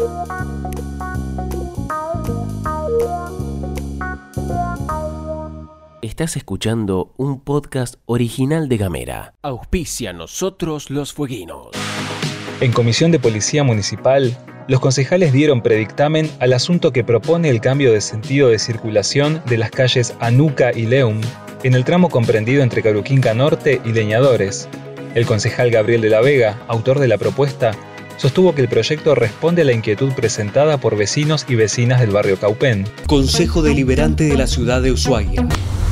Estás escuchando un podcast original de Gamera. Auspicia Nosotros los Fueguinos. En Comisión de Policía Municipal, los concejales dieron predictamen al asunto que propone el cambio de sentido de circulación de las calles Anuca y Leum en el tramo comprendido entre Caruquinca Norte y Leñadores. El concejal Gabriel de la Vega, autor de la propuesta, sostuvo que el proyecto responde a la inquietud presentada por vecinos y vecinas del barrio Caupén. Consejo Deliberante de la Ciudad de Ushuaia.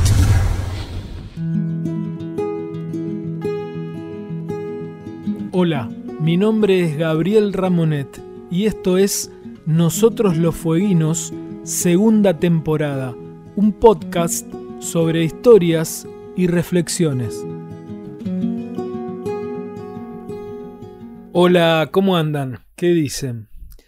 Hola, mi nombre es Gabriel Ramonet y esto es Nosotros los Fueguinos, segunda temporada, un podcast sobre historias y reflexiones. Hola, ¿cómo andan? ¿Qué dicen?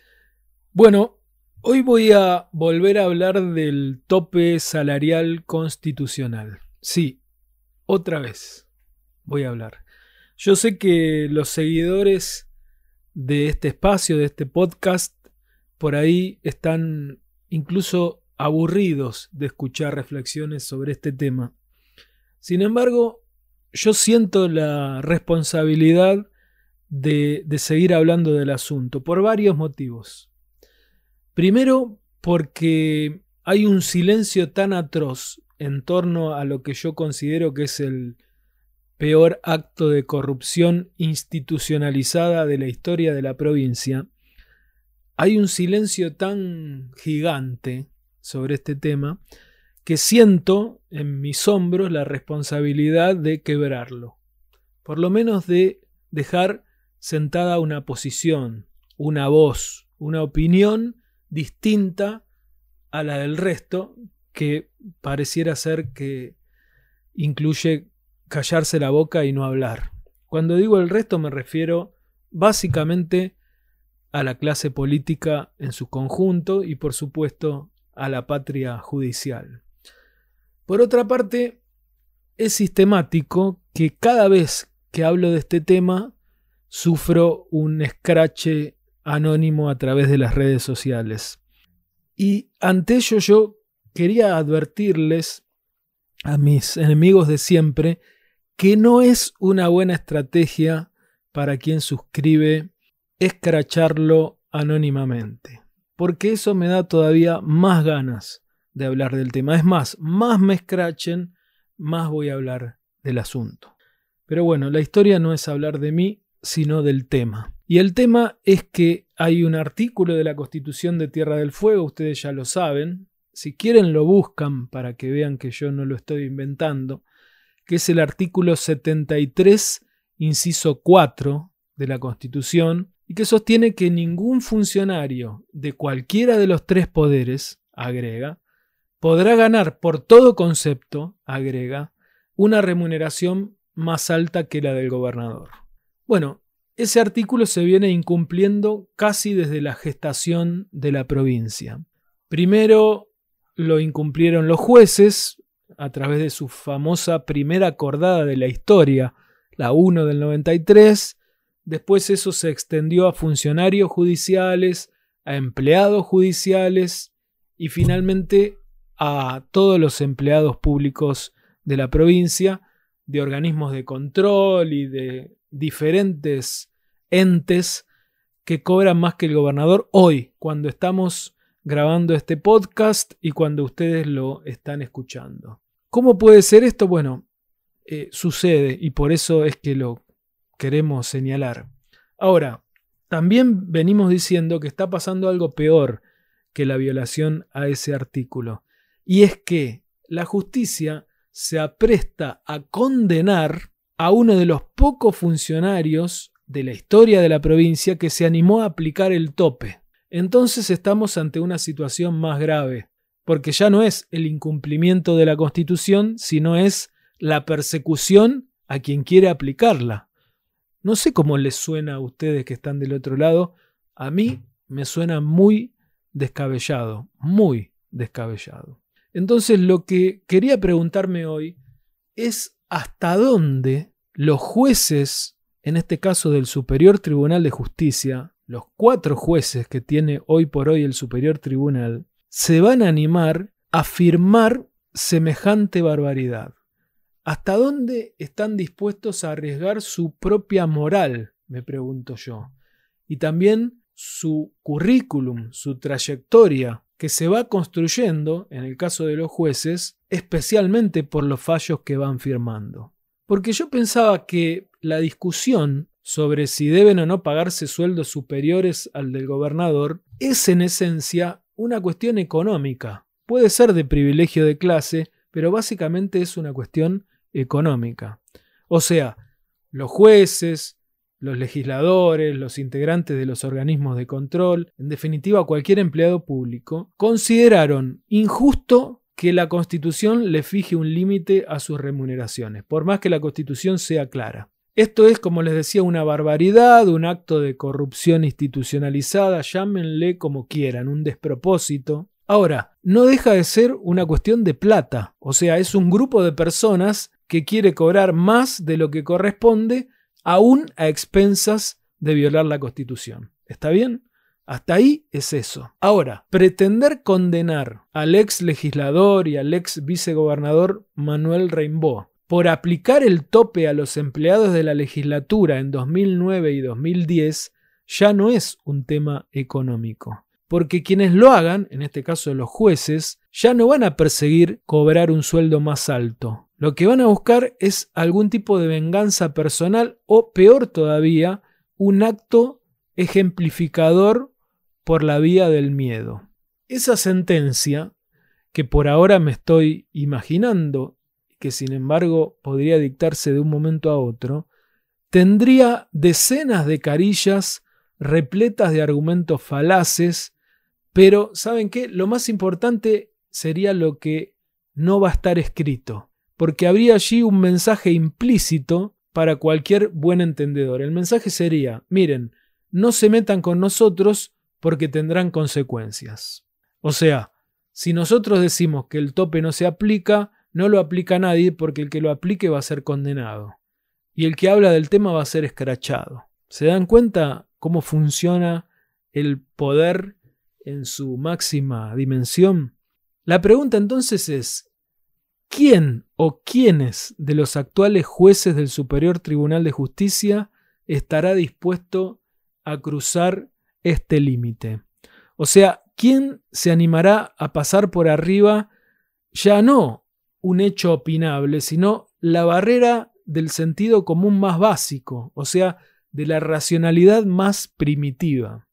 Bueno, hoy voy a volver a hablar del tope salarial constitucional. Sí, otra vez voy a hablar. Yo sé que los seguidores de este espacio, de este podcast, por ahí están incluso aburridos de escuchar reflexiones sobre este tema. Sin embargo, yo siento la responsabilidad de seguir hablando del asunto por varios motivos. Primero, porque hay un silencio tan atroz en torno a lo que yo considero que es el peor acto de corrupción institucionalizada de la historia de la provincia. Hay un silencio tan gigante sobre este tema que siento en mis hombros la responsabilidad de quebrarlo. Por lo menos de dejar sentada una posición, una voz, una opinión distinta a la del resto, que pareciera ser que incluye callarse la boca y no hablar. Cuando digo el resto me refiero básicamente a la clase política en su conjunto y por supuesto a la patria judicial. Por otra parte, es sistemático que cada vez que hablo de este tema sufro un escrache anónimo a través de las redes sociales. Y ante ello yo quería advertirles a mis enemigos de siempre que no es una buena estrategia para quien suscribe escracharlo anónimamente, porque eso me da todavía más ganas de hablar del tema. Es más me escrachen, más voy a hablar del asunto. Pero bueno, la historia no es hablar de mí, sino del tema. Y el tema es que hay un artículo de la Constitución de Tierra del Fuego, ustedes ya lo saben, si quieren lo buscan para que vean que yo no lo estoy inventando, que es el artículo 73, inciso 4 de la Constitución, y que sostiene que ningún funcionario de cualquiera de los tres poderes, agrega, podrá ganar por todo concepto, agrega, una remuneración más alta que la del gobernador. Bueno, ese artículo se viene incumpliendo casi desde la gestación de la provincia. Primero lo incumplieron los jueces, a través de su famosa primera acordada de la historia, la 1 del 93, después eso se extendió a funcionarios judiciales, a empleados judiciales y finalmente a todos los empleados públicos de la provincia, de organismos de control y de diferentes entes que cobran más que el gobernador hoy, cuando estamos grabando este podcast y cuando ustedes lo están escuchando. ¿Cómo puede ser esto? Bueno, sucede y por eso es que lo queremos señalar. Ahora, también venimos diciendo que está pasando algo peor que la violación a ese artículo, y es que la justicia se apresta a condenar a uno de los pocos funcionarios de la historia de la provincia que se animó a aplicar el tope. Entonces estamos ante una situación más grave, porque ya no es el incumplimiento de la Constitución, sino es la persecución a quien quiere aplicarla. No sé cómo les suena a ustedes que están del otro lado, a mí me suena muy descabellado, muy descabellado. Entonces lo que quería preguntarme hoy es hasta dónde los jueces, en este caso del Superior Tribunal de Justicia los 4 jueces que tiene hoy por hoy el Superior Tribunal, se van a animar a firmar semejante barbaridad? ¿Hasta dónde están dispuestos a arriesgar su propia moral? Me pregunto yo. Y también su currículum, su trayectoria, que se va construyendo, en el caso de los jueces, especialmente por los fallos que van firmando. Porque yo pensaba que la discusión sobre si deben o no pagarse sueldos superiores al del gobernador es en esencia una cuestión económica. Puede ser de privilegio de clase, pero básicamente es una cuestión económica. O sea, los jueces, los legisladores, los integrantes de los organismos de control, en definitiva cualquier empleado público, consideraron injusto que la Constitución le fije un límite a sus remuneraciones, por más que la Constitución sea clara. Esto es, como les decía, una barbaridad, un acto de corrupción institucionalizada, llámenle como quieran, un despropósito. Ahora, no deja de ser una cuestión de plata, o sea, es un grupo de personas que quiere cobrar más de lo que corresponde, aún a expensas de violar la Constitución. ¿Está bien? Hasta ahí es eso. Ahora, pretender condenar al ex legislador y al ex vicegobernador Manuel Reimbo por aplicar el tope a los empleados de la legislatura en 2009 y 2010 ya no es un tema económico. Porque quienes lo hagan, en este caso los jueces, ya no van a perseguir cobrar un sueldo más alto. Lo que van a buscar es algún tipo de venganza personal o, peor todavía, un acto ejemplificador por la vía del miedo. Esa sentencia, que por ahora me estoy imaginando, que sin embargo podría dictarse de un momento a otro, tendría decenas de carillas repletas de argumentos falaces, pero ¿saben qué? Lo más importante sería lo que no va a estar escrito, porque habría allí un mensaje implícito para cualquier buen entendedor. El mensaje sería, miren, no se metan con nosotros porque tendrán consecuencias. O sea, si nosotros decimos que el tope no se aplica, no lo aplica nadie porque el que lo aplique va a ser condenado. Y el que habla del tema va a ser escrachado. ¿Se dan cuenta cómo funciona el poder en su máxima dimensión? La pregunta entonces es, ¿quién o quiénes de los actuales jueces del Superior Tribunal de Justicia estará dispuesto a cruzar este límite? O sea, ¿quién se animará a pasar por arriba ya no un hecho opinable, sino la barrera del sentido común más básico, o sea, de la racionalidad más primitiva?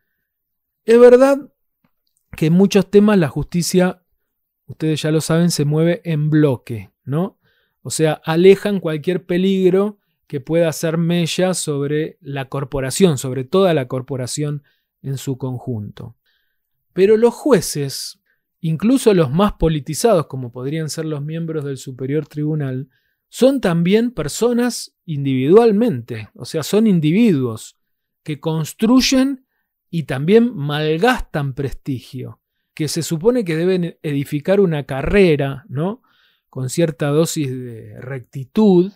Es verdad que en muchos temas la justicia, ustedes ya lo saben, se mueve en bloque, ¿no? O sea, alejan cualquier peligro que pueda hacer mella sobre la corporación, sobre toda la corporación en su conjunto. Pero los jueces, incluso los más politizados, como podrían ser los miembros del Superior Tribunal, son también personas individualmente, o sea, son individuos que construyen y también malgastan prestigio, que se supone que deben edificar una carrera, ¿no?, con cierta dosis de rectitud,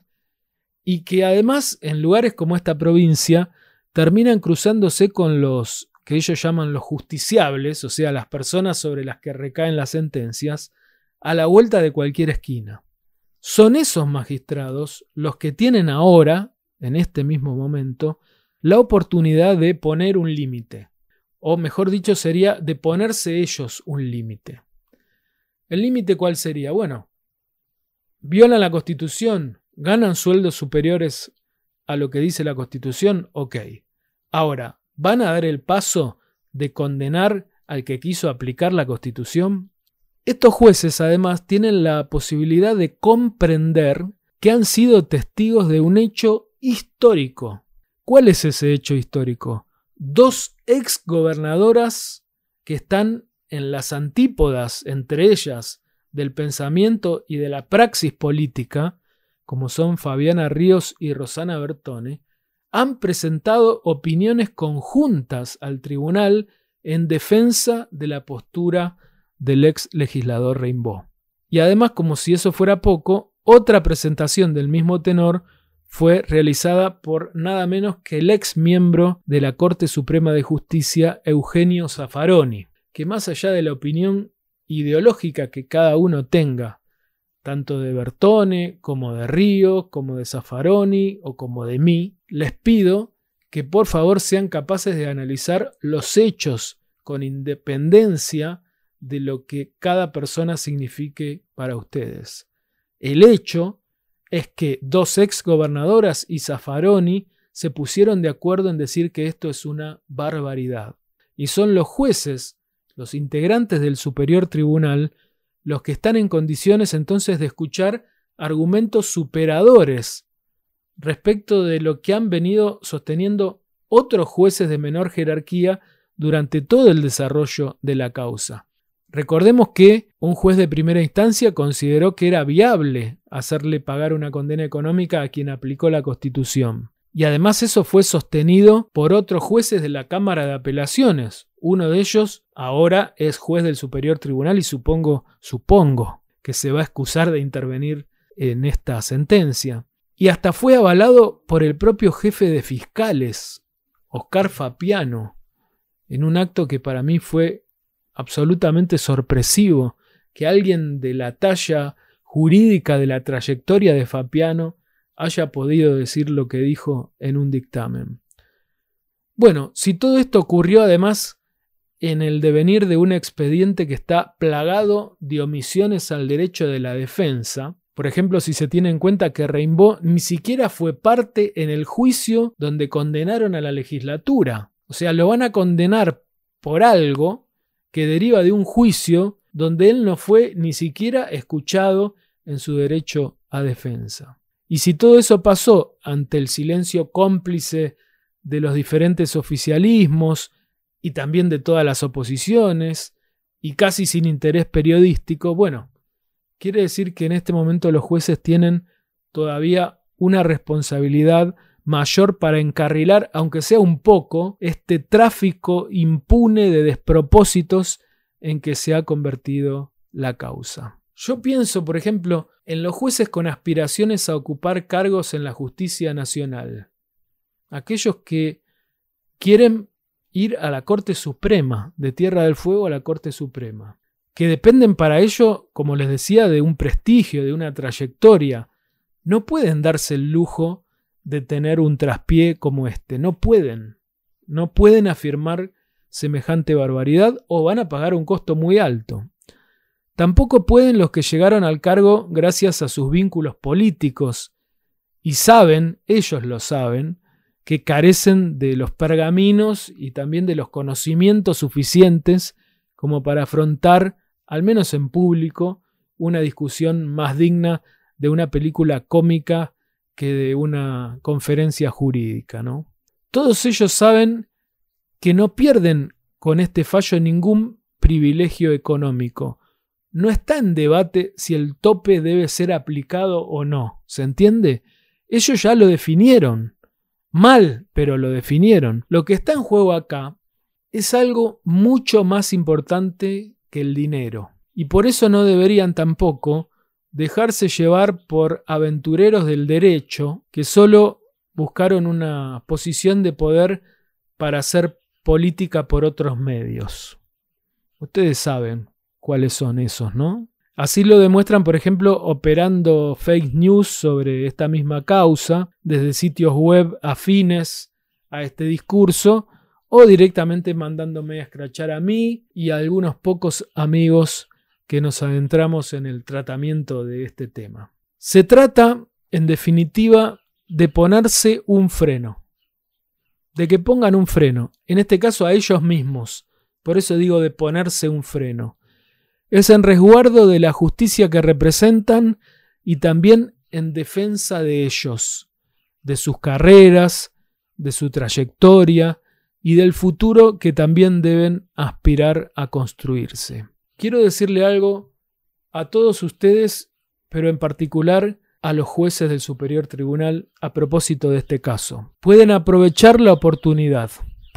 y que además en lugares como esta provincia terminan cruzándose con los que ellos llaman los justiciables, o sea, las personas sobre las que recaen las sentencias, a la vuelta de cualquier esquina. Son esos magistrados los que tienen ahora, en este mismo momento, la oportunidad de poner un límite, o mejor dicho sería de ponerse ellos un límite. ¿El límite cuál sería? Bueno, violan la Constitución, ganan sueldos superiores a lo que dice la Constitución, ok. Ahora, ¿van a dar el paso de condenar al que quiso aplicar la Constitución? Estos jueces además tienen la posibilidad de comprender que han sido testigos de un hecho histórico. ¿Cuál es ese hecho histórico? 2 exgobernadoras que están en las antípodas, entre ellas, del pensamiento y de la praxis política, como son Fabiana Ríos y Rosana Bertone, han presentado opiniones conjuntas al tribunal en defensa de la postura del ex legislador Reimbo. Y además, como si eso fuera poco, otra presentación del mismo tenor fue realizada por nada menos que el ex miembro de la Corte Suprema de Justicia, Eugenio Zaffaroni, que más allá de la opinión ideológica que cada uno tenga, tanto de Bertone, como de Río, como de Zaffaroni o como de mí, les pido que por favor sean capaces de analizar los hechos con independencia de lo que cada persona signifique para ustedes. El hecho es que dos ex gobernadoras y Zaffaroni se pusieron de acuerdo en decir que esto es una barbaridad. Y son los jueces, los integrantes del Superior Tribunal, los que están en condiciones entonces de escuchar argumentos superadores respecto de lo que han venido sosteniendo otros jueces de menor jerarquía durante todo el desarrollo de la causa. Recordemos que un juez de primera instancia consideró que era viable hacerle pagar una condena económica a quien aplicó la Constitución. Y además eso fue sostenido por otros jueces de la Cámara de Apelaciones. Uno de ellos ahora es juez del Superior Tribunal y supongo que se va a excusar de intervenir en esta sentencia. Y hasta fue avalado por el propio jefe de fiscales, Oscar Fapiano, en un acto que para mí fue absolutamente sorpresivo, que alguien de la talla jurídica de la trayectoria de Fapiano haya podido decir lo que dijo en un dictamen. Bueno, si todo esto ocurrió además en el devenir de un expediente que está plagado de omisiones al derecho de la defensa, por ejemplo, si se tiene en cuenta que Raimbaud ni siquiera fue parte en el juicio donde condenaron a la legislatura. O sea, lo van a condenar por algo que deriva de un juicio donde él no fue ni siquiera escuchado en su derecho a defensa. Y si todo eso pasó ante el silencio cómplice de los diferentes oficialismos y también de todas las oposiciones y casi sin interés periodístico, bueno, quiere decir que en este momento los jueces tienen todavía una responsabilidad mayor para encarrilar, aunque sea un poco, este tráfico impune de despropósitos en que se ha convertido la causa. Yo pienso, por ejemplo, en los jueces con aspiraciones a ocupar cargos en la justicia nacional. Aquellos que quieren ir a la Corte Suprema, de Tierra del Fuego a la Corte Suprema, que dependen para ello, como les decía, de un prestigio, de una trayectoria. No pueden darse el lujo de tener un traspié como este. No pueden afirmar semejante barbaridad o van a pagar un costo muy alto. Tampoco pueden los que llegaron al cargo gracias a sus vínculos políticos y saben, ellos lo saben, que carecen de los pergaminos y también de los conocimientos suficientes como para afrontar, al menos en público, una discusión más digna de una película cómica que de una conferencia jurídica, ¿no? Todos ellos saben que no pierden con este fallo ningún privilegio económico. No está en debate si el tope debe ser aplicado o no, ¿se entiende? Ellos ya lo definieron. Mal, pero lo definieron. Lo que está en juego acá es algo mucho más importante que el dinero. Y por eso no deberían tampoco dejarse llevar por aventureros del derecho que solo buscaron una posición de poder para hacer política por otros medios. Ustedes saben cuáles son esos, ¿no? Así lo demuestran, por ejemplo, operando fake news sobre esta misma causa desde sitios web afines a este discurso o directamente mandándome a escrachar a mí y a algunos pocos amigos que nos adentramos en el tratamiento de este tema. Se trata, en definitiva, de ponerse un freno. De que pongan un freno. En este caso a ellos mismos. Por eso digo de ponerse un freno. Es en resguardo de la justicia que representan y también en defensa de ellos, de sus carreras, de su trayectoria y del futuro que también deben aspirar a construirse. Quiero decirle algo a todos ustedes, pero en particular a los jueces del Superior Tribunal a propósito de este caso. Pueden aprovechar la oportunidad,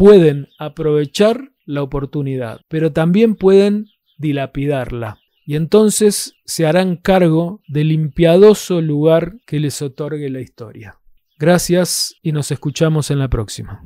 pero también pueden dilapidarla. Y entonces se harán cargo del impiadoso lugar que les otorgue la historia. Gracias y nos escuchamos en la próxima.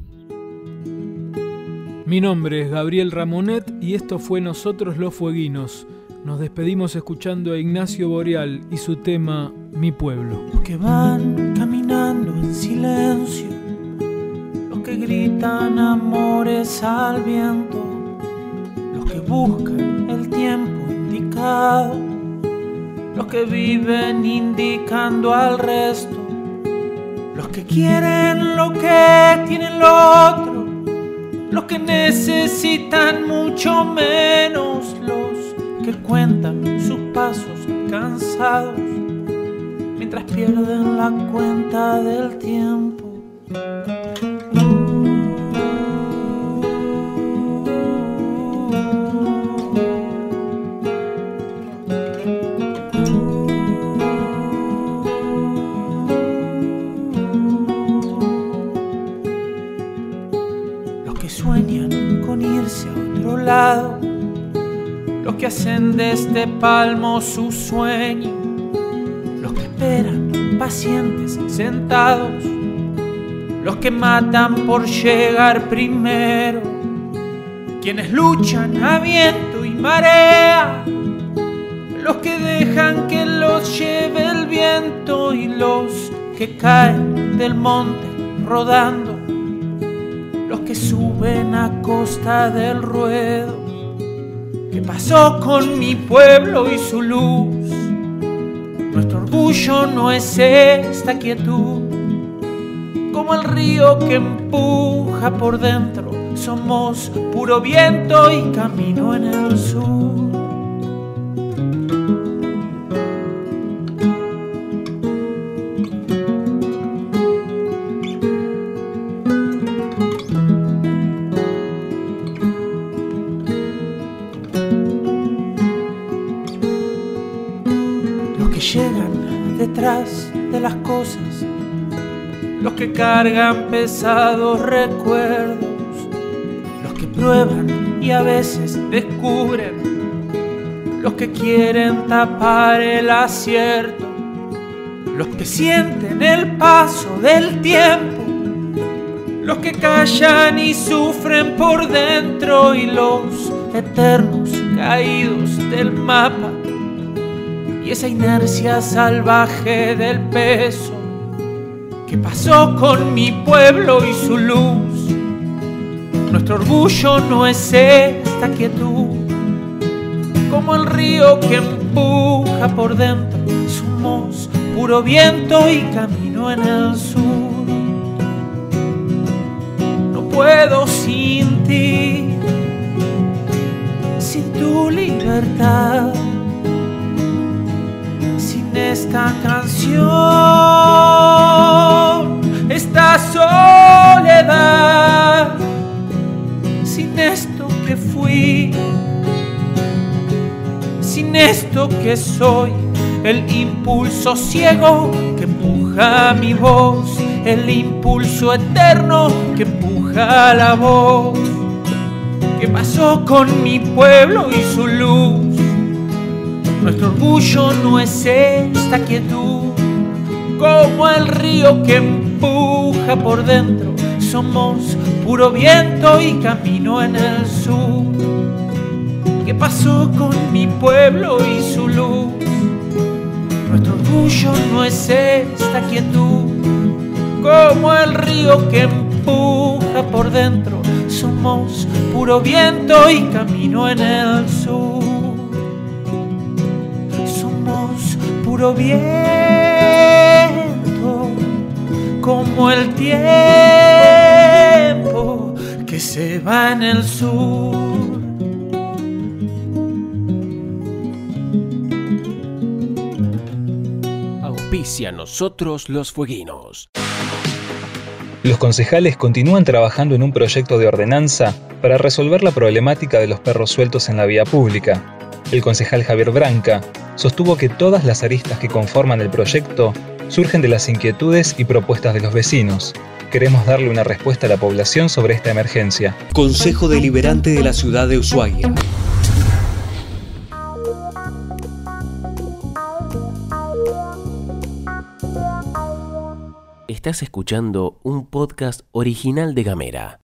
Mi nombre es Gabriel Ramonet y esto fue Nosotros los Fueguinos. Nos despedimos escuchando a Ignacio Boreal y su tema Mi Pueblo. Los que van caminando en silencio, los que gritan amores al viento, los que buscan el tiempo indicado, los que viven indicando al resto, los que quieren lo que tiene el otro, los que necesitan mucho menos, los que cuentan sus pasos cansados mientras pierden la cuenta del tiempo. Sueñan con irse a otro lado, los que hacen de este palmo su sueño, los que esperan pacientes sentados, los que matan por llegar primero, quienes luchan a viento y marea, los que dejan que los lleve el viento y los que caen del monte rodando, los que suben a costa del ruedo. ¿Qué pasó con mi pueblo y su luz? Nuestro orgullo no es esta quietud, como el río que empuja por dentro. Somos puro viento y camino en el sur. Llegan detrás de las cosas, los que cargan pesados recuerdos, los que prueban y a veces descubren, los que quieren tapar el acierto, los que sienten el paso del tiempo, los que callan y sufren por dentro y los eternos caídos del mapa. Y esa inercia salvaje del peso. ¿Qué pasó con mi pueblo y su luz? Nuestro orgullo no es esta quietud, como el río que empuja por dentro. Somos puro viento y camino en el sur. No puedo sin ti, sin tu libertad, esta canción, esta soledad, sin esto que fui, sin esto que soy, el impulso ciego que empuja mi voz, el impulso eterno que empuja la voz. ¿Qué pasó con mi pueblo y su luz? Nuestro orgullo no es esta quietud, como el río que empuja por dentro. Somos puro viento y camino en el sur. ¿Qué pasó con mi pueblo y su luz? Nuestro orgullo no es esta quietud, como el río que empuja por dentro. Somos puro viento y camino en el sur. Puro viento, como el tiempo que se va en el sur. Auspicia Nosotros los Fueguinos. Los concejales continúan trabajando en un proyecto de ordenanza para resolver la problemática de los perros sueltos en la vía pública. El concejal Javier Branca sostuvo que todas las aristas que conforman el proyecto surgen de las inquietudes y propuestas de los vecinos. Queremos darle una respuesta a la población sobre esta emergencia. Consejo Deliberante de la Ciudad de Ushuaia. Estás escuchando un podcast original de Gamera.